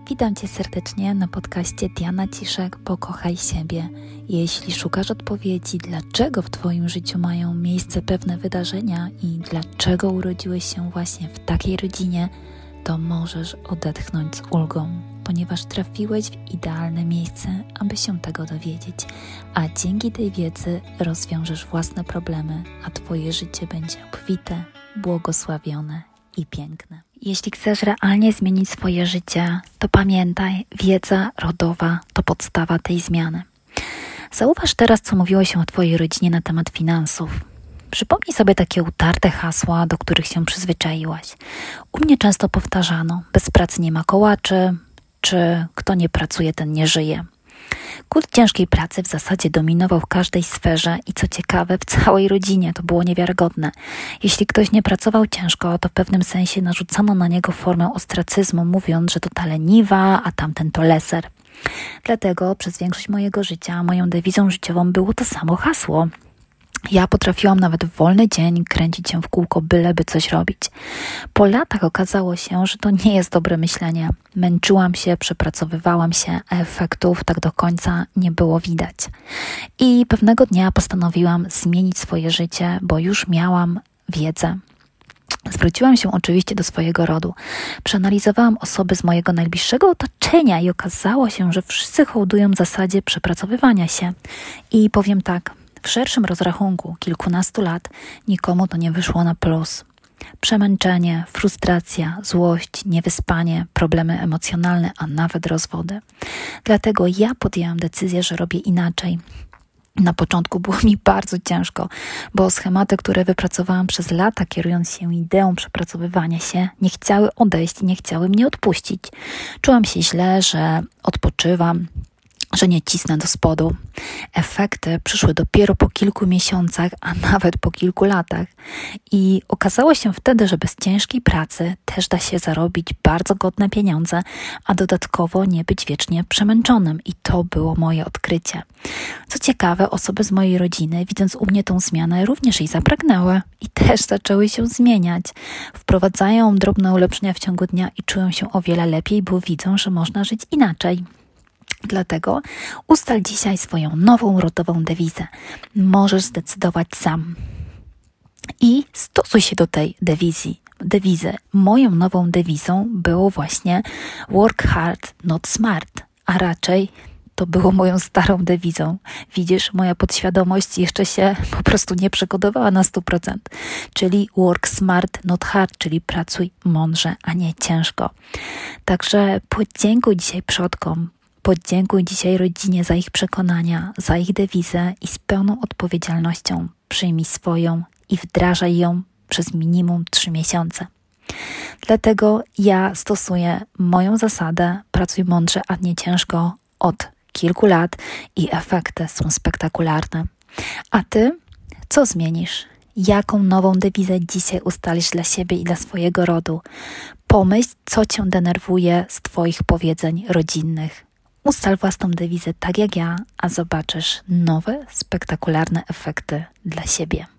Witam Cię serdecznie na podcaście Diana Ciszek Pokochaj siebie. Jeśli szukasz odpowiedzi, dlaczego w Twoim życiu mają miejsce pewne wydarzenia i dlaczego urodziłeś się właśnie w takiej rodzinie, to możesz odetchnąć z ulgą, ponieważ trafiłeś w idealne miejsce, aby się tego dowiedzieć. A dzięki tej wiedzy rozwiążesz własne problemy, a Twoje życie będzie obfite, błogosławione i piękne. Jeśli chcesz realnie zmienić swoje życie, to pamiętaj, wiedza rodowa to podstawa tej zmiany. Zauważ teraz, co mówiło się o Twojej rodzinie na temat finansów. Przypomnij sobie takie utarte hasła, do których się przyzwyczaiłaś. U mnie często powtarzano, bez pracy nie ma kołaczy, czy kto nie pracuje, ten nie żyje. Kult ciężkiej pracy w zasadzie dominował w każdej sferze i co ciekawe, w całej rodzinie to było niewiarygodne. Jeśli ktoś nie pracował ciężko, to w pewnym sensie narzucano na niego formę ostracyzmu, mówiąc, że to ta leniwa, a tamten to leser. Dlatego przez większość mojego życia moją dewizą życiową było to samo hasło. Ja potrafiłam nawet w wolny dzień kręcić się w kółko, byleby coś robić. Po latach okazało się, że to nie jest dobre myślenie. Męczyłam się, przepracowywałam się, a efektów tak do końca nie było widać. I pewnego dnia postanowiłam zmienić swoje życie, bo już miałam wiedzę. Zwróciłam się oczywiście do swojego rodu. Przeanalizowałam osoby z mojego najbliższego otoczenia i okazało się, że wszyscy hołdują zasadzie przepracowywania się. I powiem tak, w szerszym rozrachunku kilkunastu lat nikomu to nie wyszło na plus. Przemęczenie, frustracja, złość, niewyspanie, problemy emocjonalne, a nawet rozwody. Dlatego ja podjęłam decyzję, że robię inaczej. Na początku było mi bardzo ciężko, bo schematy, które wypracowałam przez lata, kierując się ideą przepracowywania się, nie chciały odejść i nie chciały mnie odpuścić. Czułam się źle, że odpoczywam, że nie cisnę do spodu. Efekty przyszły dopiero po kilku miesiącach, a nawet po kilku latach. I okazało się wtedy, że bez ciężkiej pracy też da się zarobić bardzo godne pieniądze, a dodatkowo nie być wiecznie przemęczonym. I to było moje odkrycie. Co ciekawe, osoby z mojej rodziny, widząc u mnie tą zmianę, również jej zapragnęły i też zaczęły się zmieniać. Wprowadzają drobne ulepszenia w ciągu dnia i czują się o wiele lepiej, bo widzą, że można żyć inaczej. Dlatego ustal dzisiaj swoją nową rodową dewizę. Możesz zdecydować sam. I stosuj się do tej dewizy. Moją nową dewizą było właśnie work hard, not smart, a raczej to było moją starą dewizą. Widzisz, moja podświadomość jeszcze się po prostu nie przygotowała na 100%. Czyli work smart, not hard, czyli pracuj mądrze, a nie ciężko. Także podziękuj dzisiaj przodkom, podziękuj dzisiaj rodzinie za ich przekonania, za ich dewizę i z pełną odpowiedzialnością przyjmij swoją i wdrażaj ją przez minimum 3 miesiące. Dlatego ja stosuję moją zasadę pracuj mądrze, a nie ciężko od kilku lat i efekty są spektakularne. A Ty co zmienisz? Jaką nową dewizę dzisiaj ustalisz dla siebie i dla swojego rodu? Pomyśl, co Cię denerwuje z Twoich powiedzeń rodzinnych. Ustal własną dewizę tak jak ja, a zobaczysz nowe, spektakularne efekty dla siebie.